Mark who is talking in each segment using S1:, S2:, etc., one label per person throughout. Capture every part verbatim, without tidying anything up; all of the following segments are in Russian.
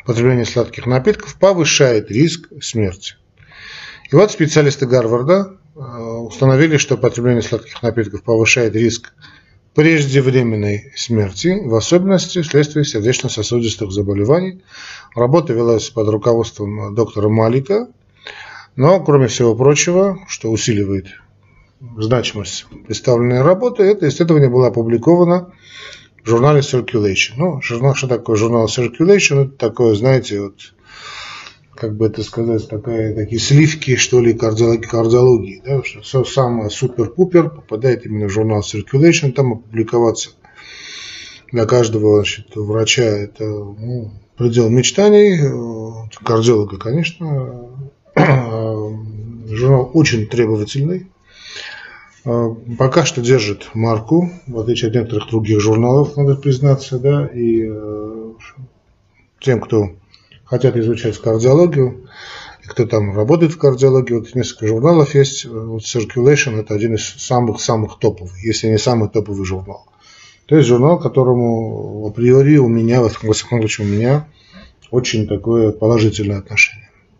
S1: потребление сладких напитков повышает риск смерти. И вот специалисты Гарварда установили, что потребление сладких напитков повышает риск преждевременной смерти, в особенности вследствие сердечно-сосудистых заболеваний. Работа велась под руководством доктора Малика, но, кроме всего прочего, что усиливает значимость представленной работы, это исследование было опубликовано в журнале Circulation. Ну, журнал, что такое журнал Circulation? Это такое, знаете, вот, как бы это сказать, такая, такие сливки, что ли, кардиологии, кардиологии, да, что все самое супер-пупер попадает именно в журнал Circulation, там опубликоваться для каждого, значит, врача это, ну, предел мечтаний, кардиолога, конечно. Журнал очень требовательный, пока что держит марку, в отличие от некоторых других журналов, надо признаться, да, и тем, кто хотят изучать кардиологию, и кто там работает в кардиологии, вот несколько журналов есть, вот Circulation это один из самых-самых топовых, если не самый топовый журнал. То есть журнал, к которому априори у меня, во всяком случае у меня, очень такое положительное отношение.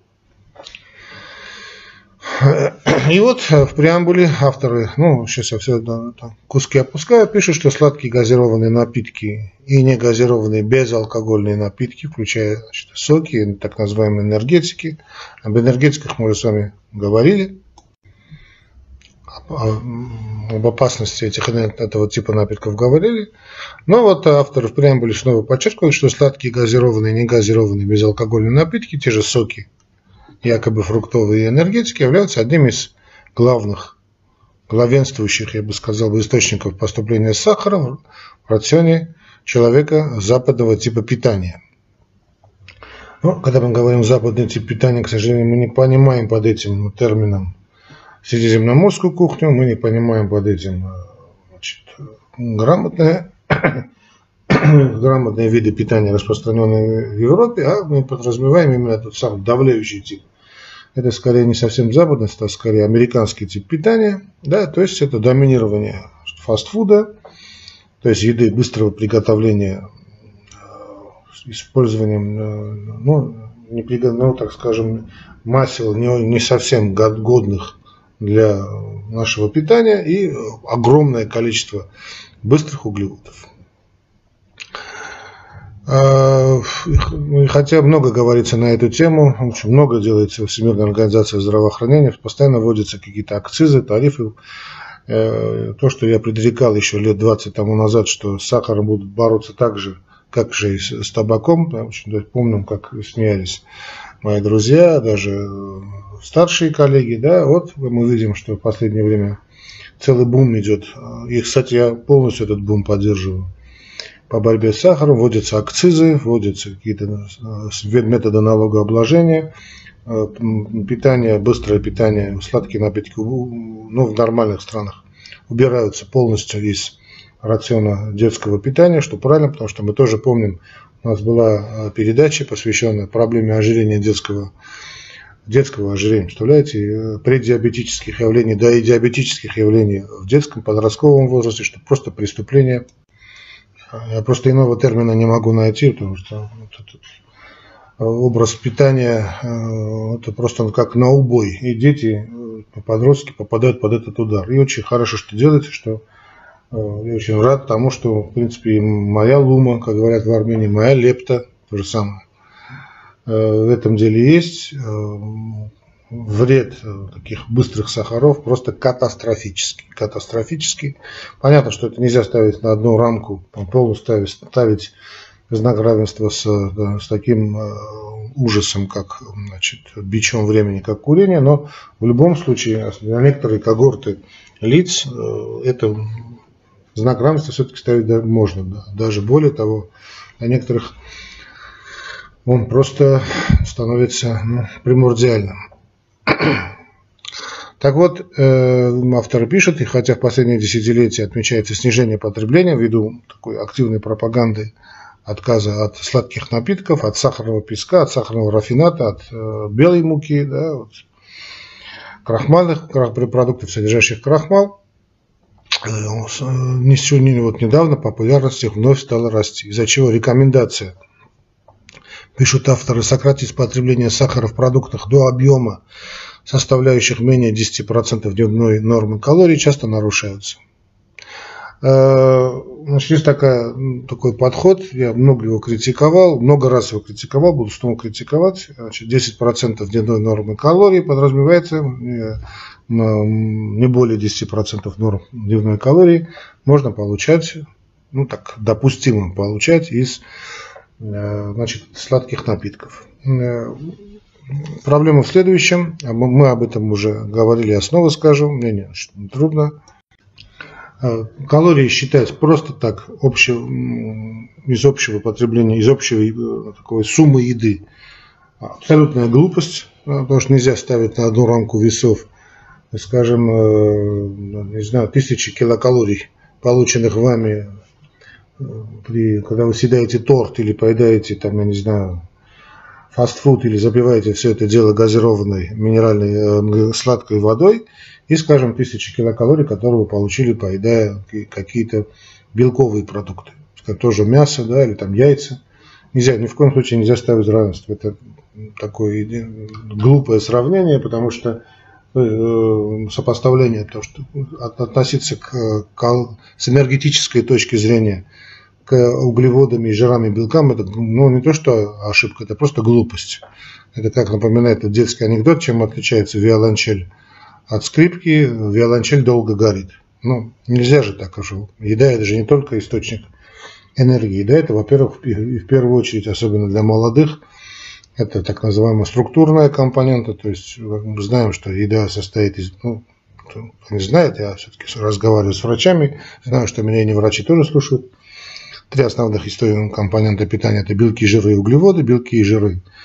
S1: И вот в преамбуле авторы, ну, сейчас я все это, куски опускаю, пишут, что сладкие газированные напитки и негазированные безалкогольные напитки, включая, значит, соки, так называемые энергетики. Об энергетиках мы уже с вами говорили, об опасности этих, этого типа напитков говорили. Но вот авторы в преамбуле снова подчеркивают, что сладкие газированные и негазированные безалкогольные напитки, те же соки, якобы фруктовые энергетики, являются одним из главных, главенствующих, я бы сказал, источников поступления сахара в рационе человека западного типа питания. Но, когда мы говорим западный тип питания, к сожалению, мы не понимаем под этим термином средиземноморскую кухню, мы не понимаем под этим, значит, грамотные, грамотные виды питания, распространенные в Европе, а мы подразумеваем именно этот самый давляющий тип. Это скорее не совсем западный, это скорее американский тип питания, да, то есть это доминирование фастфуда, то есть еды быстрого приготовления с использованием, ну, не, ну так скажем, масел не, не совсем годных для нашего питания и огромное количество быстрых углеводов. Хотя много говорится на эту тему, очень много делается Всемирной организацией здравоохранения, постоянно вводятся какие-то акцизы, тарифы. То, что я предрекал еще лет двадцать тому назад, что с сахаром будут бороться так же, как же и с табаком. Помним, как смеялись мои друзья, даже старшие коллеги. Да, вот мы видим, что в последнее время целый бум идет. И, кстати, я полностью этот бум поддерживаю. По борьбе с сахаром вводятся акцизы, вводятся какие-то методы налогообложения, питание, быстрое питание, сладкие напитки, ну, в нормальных странах убираются полностью из рациона детского питания, что правильно, потому что мы тоже помним, у нас была передача, посвященная проблеме ожирения детского, детского ожирения, представляете, преддиабетических явлений, да и диабетических явлений в детском, подростковом возрасте, что просто преступление. Я просто иного термина не могу найти, потому что вот этот образ питания это просто как на убой. И дети, подростки попадают под этот удар. И очень хорошо, что делаете, что я очень рад тому, что, в принципе, моя лума, как говорят в Армении, моя лепта, то же самое. В этом деле есть. Вред таких быстрых сахаров просто катастрофический. Катастрофический. Понятно, что это нельзя ставить на одну рамку, полностью ставить, ставить знак равенства с, да, с таким э, ужасом, как, значит, бичом времени, как курение, но в любом случае на некоторые когорты лиц э, это знак равенства все-таки ставить да, можно. Да. Даже более того, на некоторых он просто становится, ну, примордиальным. Так вот, э, авторы пишут, и хотя в последние десятилетия отмечается снижение потребления ввиду такой активной пропаганды отказа от сладких напитков, от сахарного песка, от сахарного рафината, от э, белой муки, да, от крахмальных продуктов, содержащих крахмал, э, не, вот недавно популярность их вновь стала расти, из-за чего рекомендация пишут авторы, сократить потребление сахара в продуктах до объема, составляющих менее десяти процентов дневной нормы калорий, часто нарушаются. Значит, есть такая, такой подход, я много его критиковал, много раз его критиковал, буду снова критиковать. Значит, десять процентов дневной нормы калорий подразумевается, не более десяти процентов норм дневной калории можно получать, ну так, допустимо получать из, значит, сладких напитков. Проблема в следующем, мы об этом уже говорили, я снова скажу, мне не, не трудно. Калории считать просто так обще, из общего потребления, из общей такой суммы еды. Абсолютная глупость, потому что нельзя ставить на одну рамку весов, скажем, не знаю, тысячи килокалорий, полученных вами, при, когда вы съедаете торт или поедаете, там, я не знаю, фастфуд или запиваете все это дело газированной минеральной сладкой водой, и, скажем, тысячи килокалорий, которые вы получили, поедая какие-то белковые продукты. Это тоже мясо, да, или там яйца. Нельзя, ни в коем случае нельзя ставить равенство. Это такое глупое сравнение, потому что э, сопоставление, то, что относиться к, к, с энергетической точки зрения к углеводам и жирам и белкам, это, ну, не то что ошибка, это просто глупость. Это как напоминает этот детский анекдот, чем отличается виолончель от скрипки. Виолончель долго горит. Ну, нельзя же так уже. Еда – это же не только источник энергии. Еда – это, во-первых, и в первую очередь, особенно для молодых, это так называемая структурная компонента. То есть мы знаем, что еда состоит из... Ну, кто не знает, я все-таки разговариваю с врачами, знаю, что меня и не врачи тоже слушают. Три основных истории компонента питания – это белки, жиры и углеводы. Белки и жиры –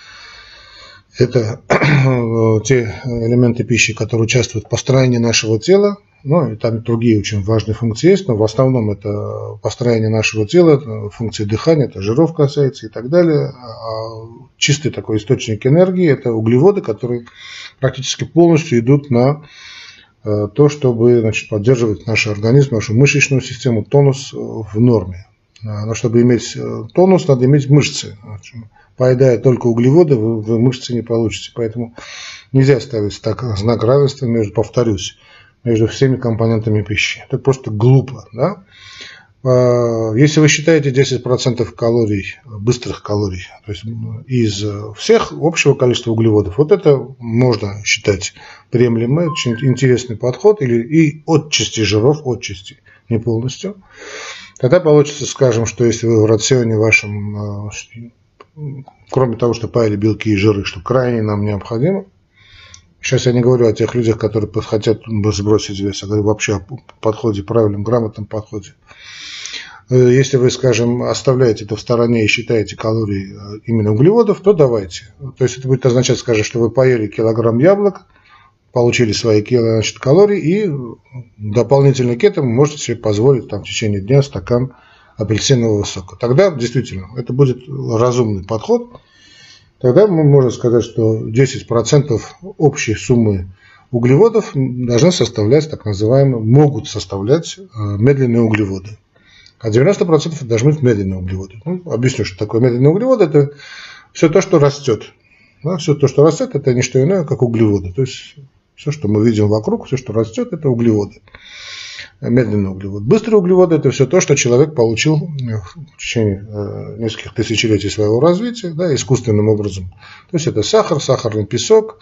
S1: это те элементы пищи, которые участвуют в построении нашего тела. Ну, и там другие очень важные функции есть, но в основном это построение нашего тела, функции дыхания, это жиров касается и так далее. А чистый такой источник энергии – это углеводы, которые практически полностью идут на то, чтобы, значит, поддерживать наш организм, нашу мышечную систему, тонус в норме. Но чтобы иметь тонус, надо иметь мышцы. Поедая только углеводы, вы, вы мышцы не получите. Поэтому нельзя ставить так, знак равенства между, повторюсь, между всеми компонентами пищи. Это просто глупо. Да? Если вы считаете десять процентов калорий, быстрых калорий, то есть из всех общего количества углеводов, вот это можно считать приемлемым, очень интересный подход, или и отчасти жиров, отчасти, не полностью. Тогда получится, скажем, что если вы в рационе вашем, кроме того, что поели белки и жиры, что крайне нам необходимо, сейчас я не говорю о тех людях, которые хотят сбросить вес, я говорю вообще о подходе, правильном, грамотном подходе. Если вы, скажем, оставляете это в стороне и считаете калории именно углеводов, то давайте. То есть это будет означать, скажем, что вы поели килограмм яблок, получили свои кило, значит, калорий, и дополнительно к этому можете себе позволить там, в течение дня стакан апельсинового сока. Тогда действительно это будет разумный подход. Тогда мы можем сказать, что десять процентов общей суммы углеводов должны составлять так называемые, могут составлять медленные углеводы. А девяносто процентов должны быть медленные углеводы. Ну, объясню, что такое медленные углеводы. Это все то, что растет. Да, все то, что растет, это не что иное, как углеводы. То есть все, что мы видим вокруг, все, что растет, это углеводы. Медленные углеводы. Быстрые углеводы – это все то, что человек получил в течение нескольких тысячелетий своего развития, да, искусственным образом. То есть это сахар, сахарный песок,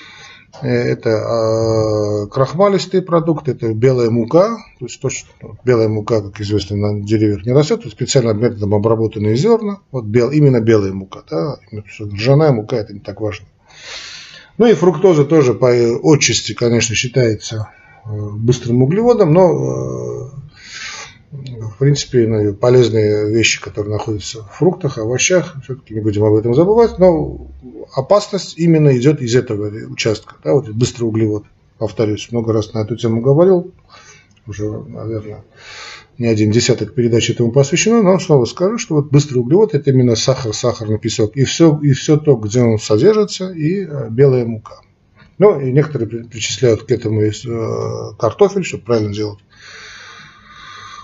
S1: это крахмалистые продукты, это белая мука. То есть то, что белая мука, как известно, на деревьях не растет, это специально методом обработанные зерна. Вот бел, именно белая мука. Да, ржаная мука – это не так важно. Ну и фруктоза тоже по отчасти, конечно, считается быстрым углеводом, но в принципе полезные вещи, которые находятся в фруктах, овощах, все-таки не будем об этом забывать, но опасность именно идет из этого участка, да, вот быстрый углевод. Повторюсь, много раз на эту тему говорил, уже, наверное, не один десяток передач этому посвящено, но снова скажу, что вот быстрый углевод – это именно сахар, сахарный песок, и все, и все то, где он содержится, и белая мука. Ну, и некоторые причисляют к этому картофель, чтобы правильно делать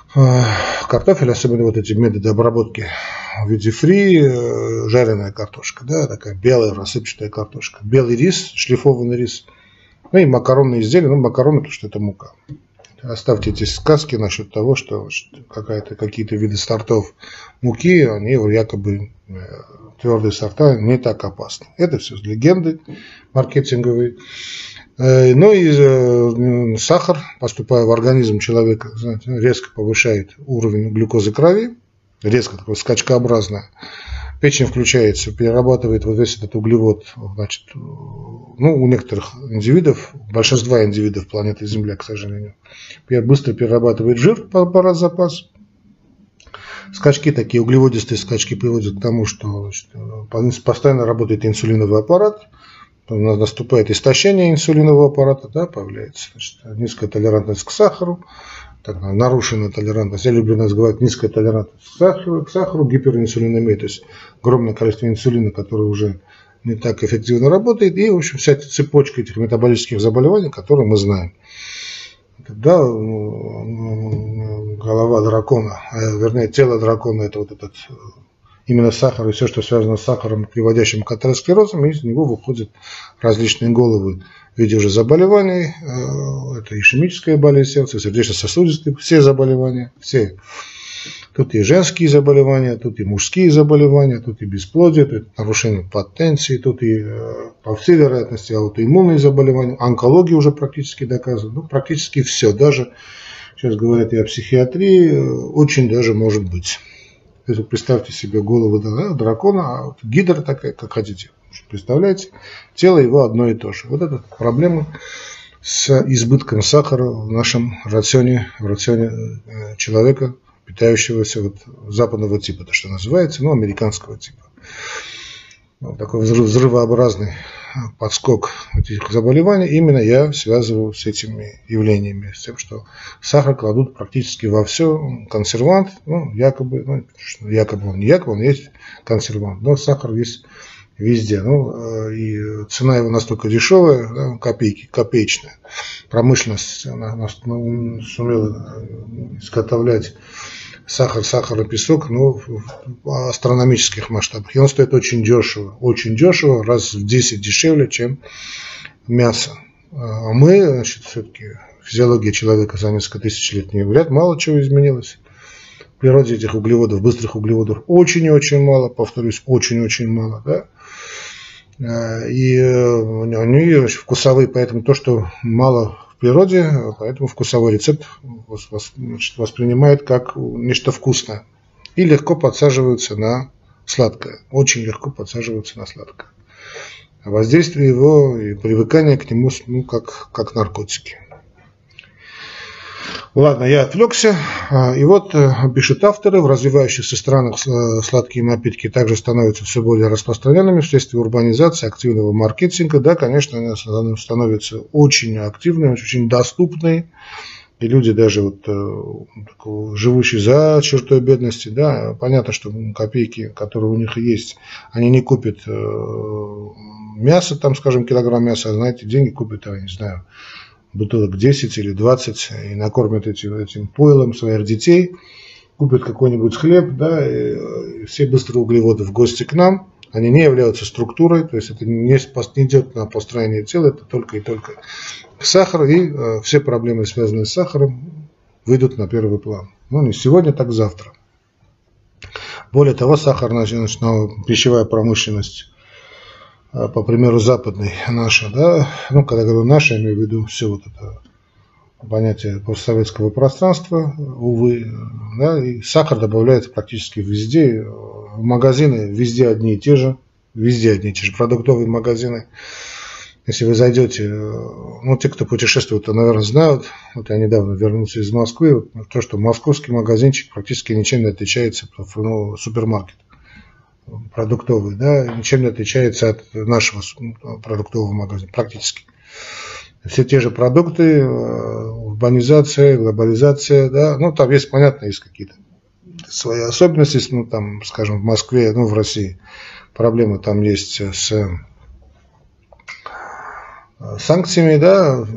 S1: Картофель, особенно вот эти методы обработки в виде фри, жареная картошка, да, такая белая рассыпчатая картошка, белый рис, шлифованный рис, ну и макаронные изделия, ну макароны, потому что это мука. Оставьте эти сказки насчет того, что какая-то, какие-то виды сортов муки, они якобы твердые сорта не так опасны. Это все легенды маркетинговые. Ну и сахар, поступая в организм человека, знаете, резко повышает уровень глюкозы крови, резко такое скачкообразное. Печень включается, перерабатывает вот весь этот углевод, значит, ну, у некоторых индивидов, большинства индивидов планеты Земля, к сожалению, быстро перерабатывает жир по, по запас. Скачки, такие углеводистые скачки, приводят к тому, что значит, постоянно работает инсулиновый аппарат, наступает истощение инсулинового аппарата, да, появляется значит, низкая толерантность к сахару, так, нарушенная толерантность. Я люблю называть низкая толерантность к сахару, к сахару, гиперинсулинемия, то есть огромное количество инсулина, которое уже не так эффективно работает, и, в общем, вся эта цепочка этих метаболических заболеваний, которые мы знаем. Да, голова дракона, вернее, тело дракона, это вот этот именно сахар и все, что связано с сахаром, приводящим к атеросклерозам, из него выходят различные головы в виде уже заболеваний. Это ишемическая болезнь сердца, сердечно-сосудистые, все заболевания, все. Тут и женские заболевания, тут и мужские заболевания, тут и бесплодие, тут нарушение потенции, тут и, по всей вероятности, аутоиммунные заболевания, онкология уже практически доказана, ну, практически все, даже, сейчас говорят и о психиатрии, очень даже может быть. То есть, представьте себе голову да, дракона, а вот гидра такая, как хотите, представляете, тело его одно и то же. Вот это проблема с избытком сахара в нашем рационе, в рационе человека, питающегося вот западного типа, то, что называется, ну, американского типа. Вот такой взрыв, взрывообразный подскок этих заболеваний именно я связываю с этими явлениями, с тем, что сахар кладут практически во все, консервант, ну, якобы, ну, якобы он не якобы, он есть консервант, но сахар есть везде, ну, и цена его настолько дешевая, да, копейки, копеечная, промышленность она, она сумела изготовлять сахар, сахар и песок, но в астрономических масштабах. И он стоит очень дешево, очень дешево, раз в десять дешевле, чем мясо. А мы, значит, все-таки физиология человека за несколько тысяч лет не вряд, мало чего изменилось. В природе этих углеводов, быстрых углеводов очень и очень мало, повторюсь, очень-очень мало, да. И они вкусовые, поэтому то, что мало в природе, поэтому вкусовой рецепт воспринимает как нечто вкусное. И легко подсаживаются на сладкое. Очень легко подсаживаются на сладкое. А воздействие его и привыкание к нему, ну, как, как наркотики. Ладно, я отвлекся. И вот пишут авторы, в развивающихся странах сладкие напитки также становятся все более распространенными вследствие урбанизации, активного маркетинга. Да, конечно, они становятся очень активными, очень доступны. И люди даже вот, живущие за чертой бедности, да, понятно, что копейки, которые у них есть, они не купят мясо, там, скажем, килограмм мяса, а, знаете, деньги купят, я не знаю, бутылок десять или двадцать и накормят этим, этим пойлом своих детей, купят какой-нибудь хлеб, да, и все быстрые углеводы в гости к нам, они не являются структурой, то есть это не, не идет на построение тела, это только и только сахар, и э, все проблемы, связанные с сахаром, выйдут на первый план. Ну, не сегодня, так завтра. Более того, сахарная пищевая промышленность, по примеру западной наша, да, ну, когда говорю наша, я имею в виду все вот это понятие постсоветского пространства, увы, да, и сахар добавляется практически везде, в магазины везде одни и те же, везде одни и те же продуктовые магазины. Если вы зайдете, ну, те, кто путешествует, то, наверное, знают, вот я недавно вернулся из Москвы, то, что московский магазинчик практически ничем не отличается от, ну, супермаркета. Продуктовый, да, ничем не отличается от нашего продуктового магазина, практически. Все те же продукты, урбанизация, глобализация, да, ну, там есть, понятно, есть какие-то свои особенности, ну, там, скажем, в Москве, ну, в России проблемы там есть с санкциями, да,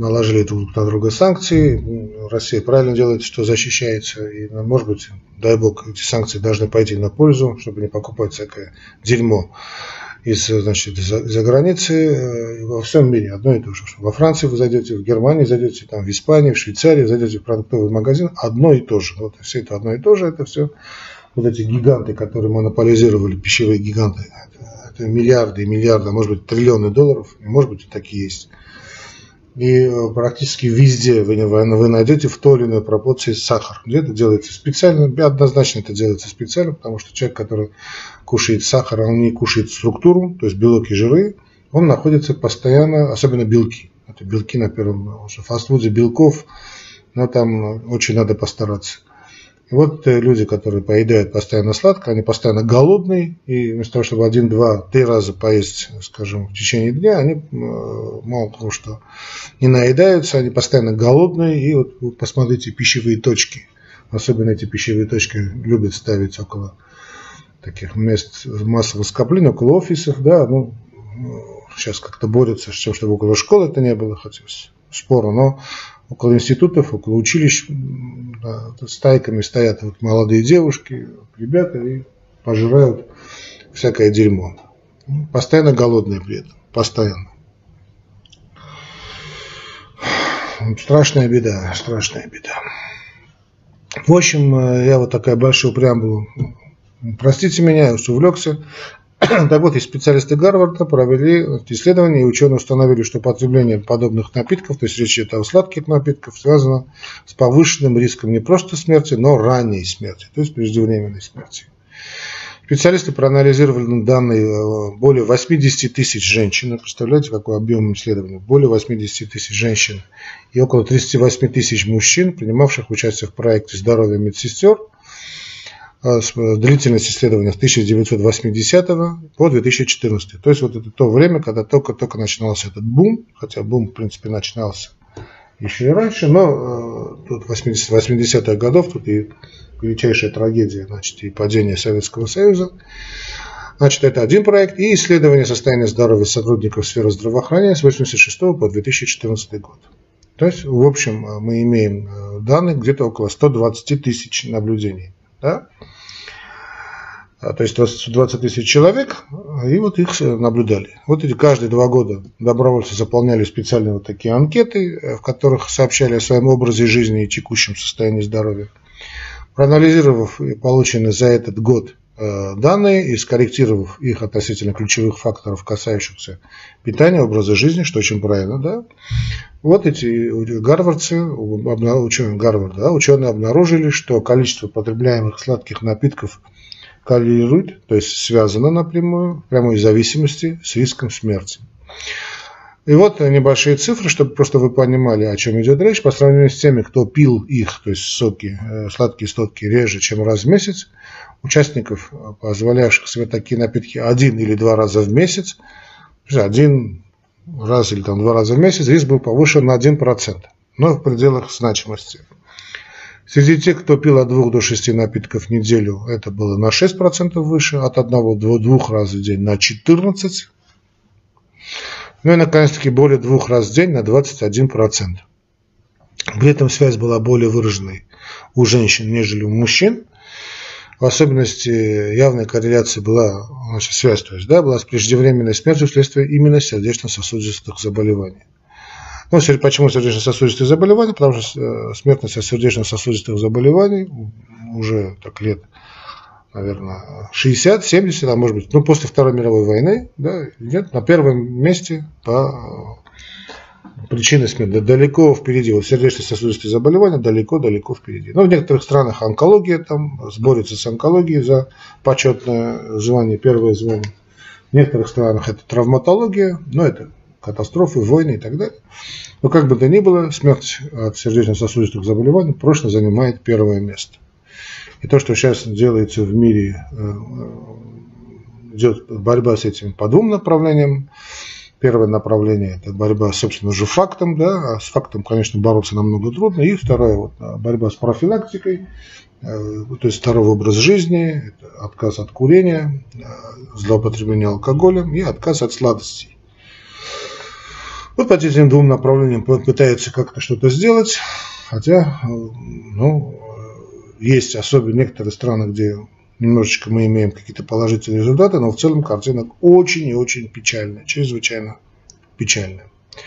S1: наложили друг на друга санкции. Россия правильно делает, что защищается. И, может быть, дай бог, эти санкции должны пойти на пользу, чтобы не покупать всякое дерьмо из, значит, за, за границы. Во всем мире одно и то же. Во Франции вы зайдете, в Германии зайдете, там, в Испании, в Швейцарии, зайдете в продуктовый магазин, одно и то же. Вот все это одно и то же, это все вот эти гиганты, которые монополизировали, пищевые гиганты, это, это миллиарды и миллиарды, может быть, триллионы долларов, может быть, и такие есть. И практически везде вы, вы найдете в той или иной пропорции сахар. Где-то делается специально, однозначно это делается специально, потому что человек, который кушает сахар, он не кушает структуру, то есть белок и жиры, он находится постоянно, особенно белки. Это белки на первом, в фастфуде белков, но там очень надо постараться. И вот люди, которые поедают постоянно сладко, они постоянно голодные, и вместо того, чтобы один, два, три раза поесть, скажем, в течение дня, они мало того, что не наедаются, они постоянно голодные, и вот вы посмотрите пищевые точки. Особенно эти пищевые точки любят ставить около таких мест массового скопления, около офисов, да, ну, сейчас как-то борются с тем, чтобы около школы это не было, хотя спора, но около институтов, около училищ, да, стайками стоят вот молодые девушки, ребята и пожирают всякое дерьмо. Постоянно голодные при этом. Постоянно. Страшная беда, страшная беда. В общем, я вот такая большая преамбула. Простите меня, я что увлекся. Так вот, и специалисты Гарварда провели исследования, и ученые установили, что потребление подобных напитков, то есть речь идет о сладких напитках, связано с повышенным риском не просто смерти, но ранней смерти, то есть преждевременной смерти. Специалисты проанализировали данные более восьмидесяти тысяч женщин. Представляете, какой объем исследований? Более восьмидесяти тысяч женщин и около тридцати восьми тысяч мужчин, принимавших участие в проекте «Здоровье медсестер». Длительность исследования с тысяча девятьсот восьмидесятого по две тысячи четырнадцатый. То есть вот это то время, когда только-только начинался этот бум, хотя бум, в принципе, начинался еще и раньше, но э, тут восьмидесятых годов, тут и величайшая трагедия, значит, и падение Советского Союза. Значит, это один проект, и исследование состояния здоровья сотрудников сферы здравоохранения с восемьдесят шестого по две тысячи четырнадцатый год. То есть, в общем, мы имеем данных где-то около ста двадцати тысяч наблюдений. Да? То есть сто двадцать тысяч человек, и вот их наблюдали. Вот эти каждые два года добровольцы заполняли специальные вот такие анкеты, в которых сообщали о своем образе жизни и текущем состоянии здоровья. Проанализировав полученные за этот год данные и скорректировав их относительно ключевых факторов, касающихся питания, образа жизни, что очень правильно, да, вот эти гарвардцы, ученые Гарварда, да, ученые обнаружили, что количество потребляемых сладких напитков коррелирует, то есть связано напрямую, в прямой зависимости с риском смерти. И вот небольшие цифры, чтобы просто вы понимали, о чем идет речь, по сравнению с теми, кто пил их, то есть соки, сладкие соки реже, чем раз в месяц, участников, позволявших себе такие напитки один или два раза в месяц, один раз или там, два раза в месяц, риск был повышен на один процент, но в пределах значимости. Среди тех, кто пил от двух до шести напитков в неделю, это было на шесть процентов выше, от одного до двух раз в день на четырнадцать процентов. Ну и, наконец-таки, более двух раз в день на двадцать один процент. При этом связь была более выраженной у женщин, нежели у мужчин. В особенности явная корреляция была, значит, связь, то есть, да, была с преждевременной смертью вследствие именно сердечно-сосудистых заболеваний. Ну, почему сердечно-сосудистые заболевания? Потому что смертность от сердечно-сосудистых заболеваний уже так лет, наверное, шестьдесят-семьдесят, а может быть, ну, после Второй мировой войны, да, идет на первом месте по причине смерти. Далеко впереди. Вот сердечно-сосудистые заболевания далеко-далеко впереди. Но в некоторых странах онкология там борется с онкологией за почетное звание, первое звание. В некоторых странах это травматология, но это катастрофы, войны и так далее. Но как бы то ни было, смерть от сердечно-сосудистых заболеваний прочно занимает первое место. И то, что сейчас делается в мире, идет борьба с этим по двум направлениям. Первое направление – это борьба, собственно же, фактом, да, а с фактом, конечно, бороться намного трудно. И второе, вот, борьба с профилактикой, то есть здоровый образ жизни, это отказ от курения, злоупотребление алкоголем и отказ от сладостей. Вот по этим двум направлениям пытаются как-то что-то сделать, хотя, ну, есть особенно некоторые страны, где немножечко мы имеем какие-то положительные результаты, но в целом картина очень и очень печальная, чрезвычайно печальная.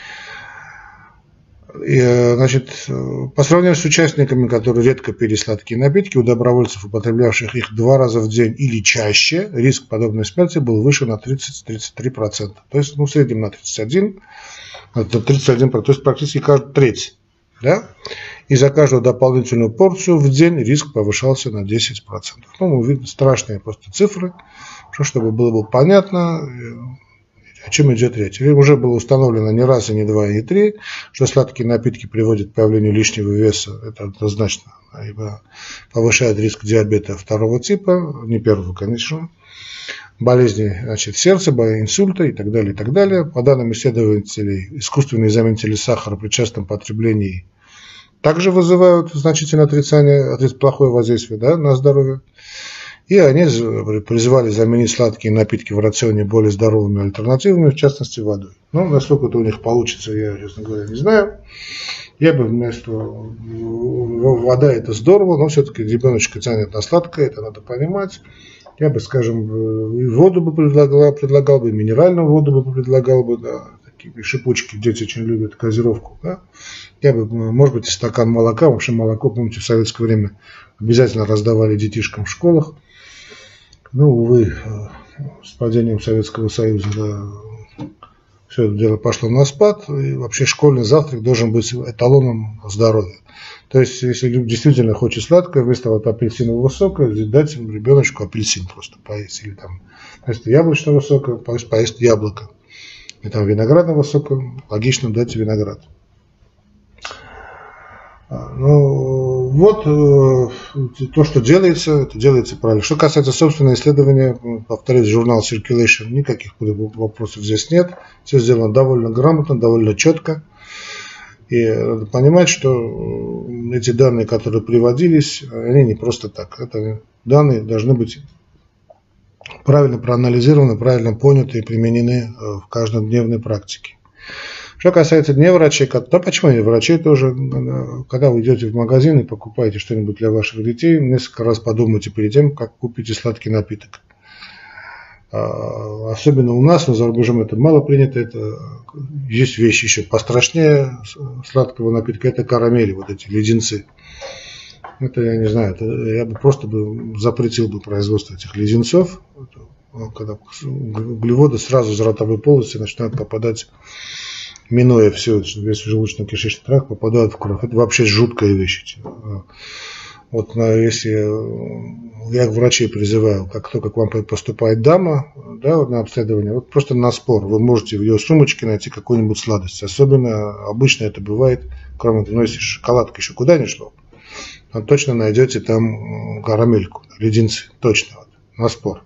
S1: И, значит, по сравнению с участниками, которые редко пили сладкие напитки, у добровольцев, употреблявших их два раза в день или чаще, риск подобной смерти был выше на тридцать-тридцать три процента. То есть, ну, в среднем на тридцать один процент, тридцать один процент, то есть практически каждый треть. Да? И за каждую дополнительную порцию в день риск повышался на десять процентов. Ну, мы видим страшные просто цифры, чтобы было бы понятно, о чем идет речь. И уже было установлено не раз, и не два, и не три, что сладкие напитки приводят к появлению лишнего веса. Это однозначно, ибо повышает риск диабета второго типа, не первого, конечно, болезни, значит, сердца, инсульта и так далее, и так далее. По данным исследователей, искусственные заменители сахара при частом потреблении также вызывают значительное отрицание, плохое воздействие, да, на здоровье. И они призывали заменить сладкие напитки в рационе более здоровыми альтернативами, в частности водой. Ну, насколько это у них получится, я, честно говоря, не знаю. Я бы вместо вода это здорово, но все-таки ребеночка тянет на сладкое, это надо понимать. Я бы, скажем, и воду бы предлагал, предлагал бы, и минеральную воду бы предлагал бы, да, такие шипучки, дети очень любят газировку, да. Я бы, может быть, и стакан молока, вообще молоко, помните, в советское время обязательно раздавали детишкам в школах. Ну, увы, с падением Советского Союза, да, все это дело пошло на спад, и вообще школьный завтрак должен быть эталоном здоровья. То есть, если действительно хочет сладкое, вместо вот апельсинового сока, дать ребеночку апельсин просто поесть, или там вместо яблочного сока поесть, поесть яблоко, и там виноградного сока, логично дать виноград. Ну, вот то, что делается, это делается правильно. Что касается собственного исследования, повторюсь, журнал Circulation, никаких вопросов здесь нет. Все сделано довольно грамотно, довольно четко. И надо понимать, что эти данные, которые приводились, они не просто так. Это данные должны быть правильно проанализированы, правильно поняты и применены в каждодневной практике. Что касается неврачей, да почему не врачей тоже, когда вы идете в магазин и покупаете что-нибудь для ваших детей, несколько раз подумайте перед тем, как купите сладкий напиток. Особенно у нас, за рубежом это мало принято, это есть вещи еще пострашнее сладкого напитка, это карамели, вот эти леденцы. Это, я не знаю, это, я бы просто бы запретил бы производство этих леденцов, когда углеводы сразу из ротовой полости начинают попадать, минуя все, весь желудочно-кишечный тракт, попадают в кровь. Это вообще жуткая вещь. Вот если я к врачей призываю, как только к вам поступает дама, да, на обследование, вот просто на спор, вы можете в ее сумочке найти какую-нибудь сладость. Особенно обычно это бывает, кроме того, если шоколадка еще куда ни шло, то точно найдете там карамельку, леденцы, точно, вот, на спор.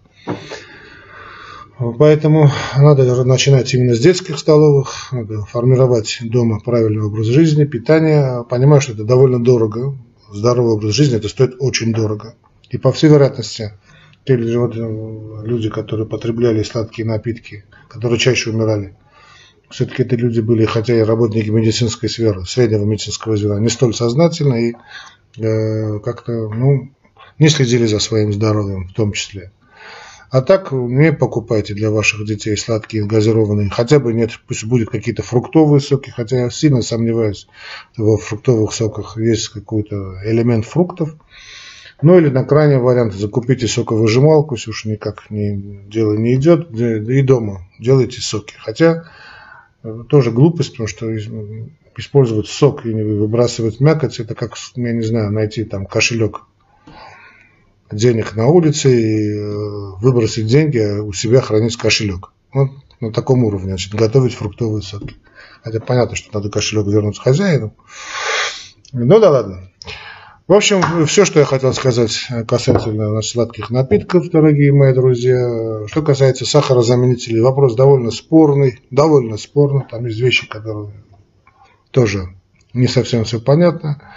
S1: Поэтому надо начинать именно с детских столовых, надо формировать дома правильный образ жизни, питание. Понимаю, что это довольно дорого, здоровый образ жизни, это стоит очень дорого. И по всей вероятности, те люди, которые потребляли сладкие напитки, которые чаще умирали, все-таки эти люди были, хотя и работники медицинской сферы, среднего медицинского звена, не столь сознательно и э, как-то, ну, не следили за своим здоровьем в том числе. А так, не покупайте для ваших детей сладкие, газированные. Хотя бы нет, пусть будут какие-то фруктовые соки. Хотя я сильно сомневаюсь, что во фруктовых соках есть какой-то элемент фруктов. Ну или на крайний вариант, закупите соковыжималку, если уж никак не, дело не идет. И дома делайте соки. Хотя тоже глупость, потому что использовать сок и выбрасывать мякоть, это как, я не знаю, найти там кошелек денег на улице и выбросить деньги, а у себя хранить кошелек. Вот на таком уровне, значит, готовить фруктовые соки. Хотя понятно, что надо кошелек вернуть хозяину. Ну да ладно. В общем, все, что я хотел сказать касательно наших сладких напитков, дорогие мои друзья. Что касается сахарозаменителей, вопрос довольно спорный. Довольно спорный. Там есть вещи, которые тоже не совсем все понятно.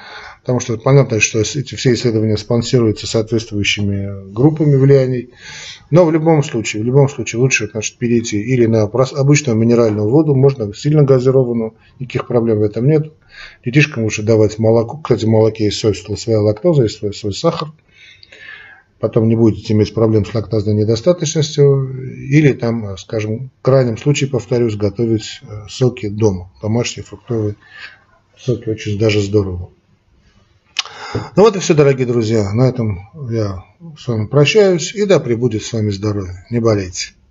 S1: потому что понятно, что эти все исследования спонсируются соответствующими группами влияний. Но в любом случае, в любом случае лучше, значит, перейти или на обычную минеральную воду, можно сильно газированную, никаких проблем в этом нет. Детишкам лучше давать молоко. Кстати, в молоке есть своя лактоза, есть свой, свой сахар. Потом не будете иметь проблем с лактазной недостаточностью. Или там, скажем, в крайнем случае, повторюсь, готовить соки дома. Домашние фруктовые соки очень даже здорово. Ну вот и все, дорогие друзья. На этом я с вами прощаюсь. И да пребудет с вами здоровье. Не болейте.